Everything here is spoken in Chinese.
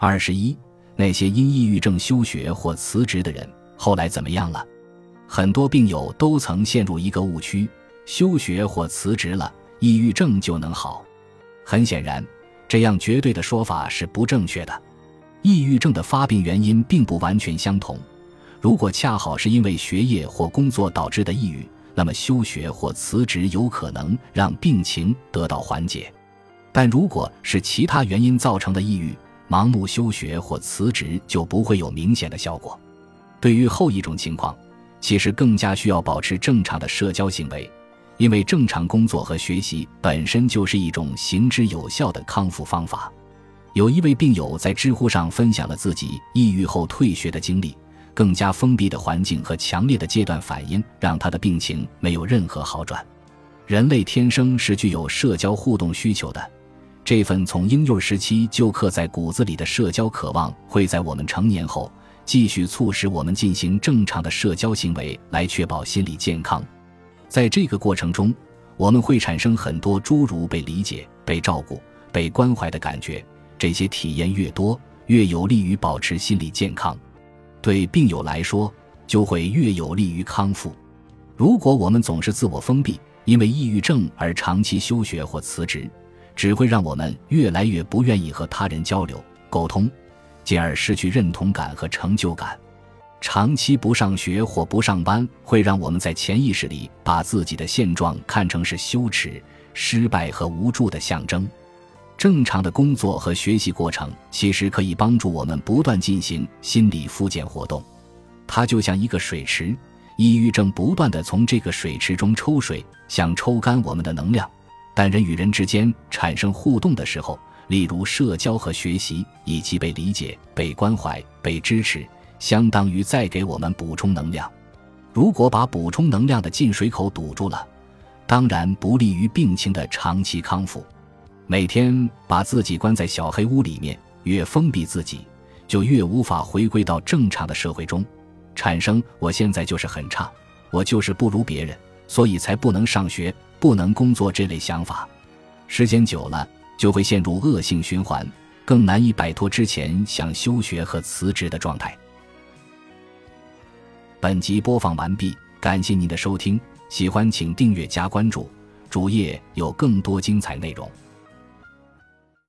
21那些因抑郁症休学或辞职的人后来怎么样了？很多病友都曾陷入一个误区，休学或辞职了，抑郁症就能好。很显然，这样绝对的说法是不正确的。抑郁症的发病原因并不完全相同，如果恰好是因为学业或工作导致的抑郁，那么休学或辞职有可能让病情得到缓解。但如果是其他原因造成的抑郁，盲目休学或辞职就不会有明显的效果。对于后一种情况，其实更加需要保持正常的社交行为，因为正常工作和学习本身就是一种行之有效的康复方法。有一位病友在知乎上分享了自己抑郁后退学的经历，更加封闭的环境和强烈的阶段反应让他的病情没有任何好转。人类天生是具有社交互动需求的，这份从婴幼儿时期就刻在骨子里的社交渴望会在我们成年后继续促使我们进行正常的社交行为来确保心理健康。在这个过程中，我们会产生很多诸如被理解、被照顾、被关怀的感觉，这些体验越多，越有利于保持心理健康。对病友来说，就会越有利于康复。如果我们总是自我封闭，因为抑郁症而长期休学或辞职，只会让我们越来越不愿意和他人交流、沟通，进而失去认同感和成就感。长期不上学或不上班，会让我们在潜意识里把自己的现状看成是羞耻、失败和无助的象征。正常的工作和学习过程其实可以帮助我们不断进行心理复健活动。它就像一个水池，抑郁症不断地从这个水池中抽水，想抽干我们的能量。但人与人之间产生互动的时候，例如社交和学习，以及被理解、被关怀、被支持，相当于再给我们补充能量。如果把补充能量的进水口堵住了，当然不利于病情的长期康复。每天把自己关在小黑屋里面，越封闭自己，就越无法回归到正常的社会中，产生我现在就是很差，我就是不如别人，所以才不能上学，不能工作这类想法。时间久了，就会陷入恶性循环，更难以摆脱之前想休学和辞职的状态。本集播放完毕，感谢您的收听，喜欢请订阅加关注，主页有更多精彩内容。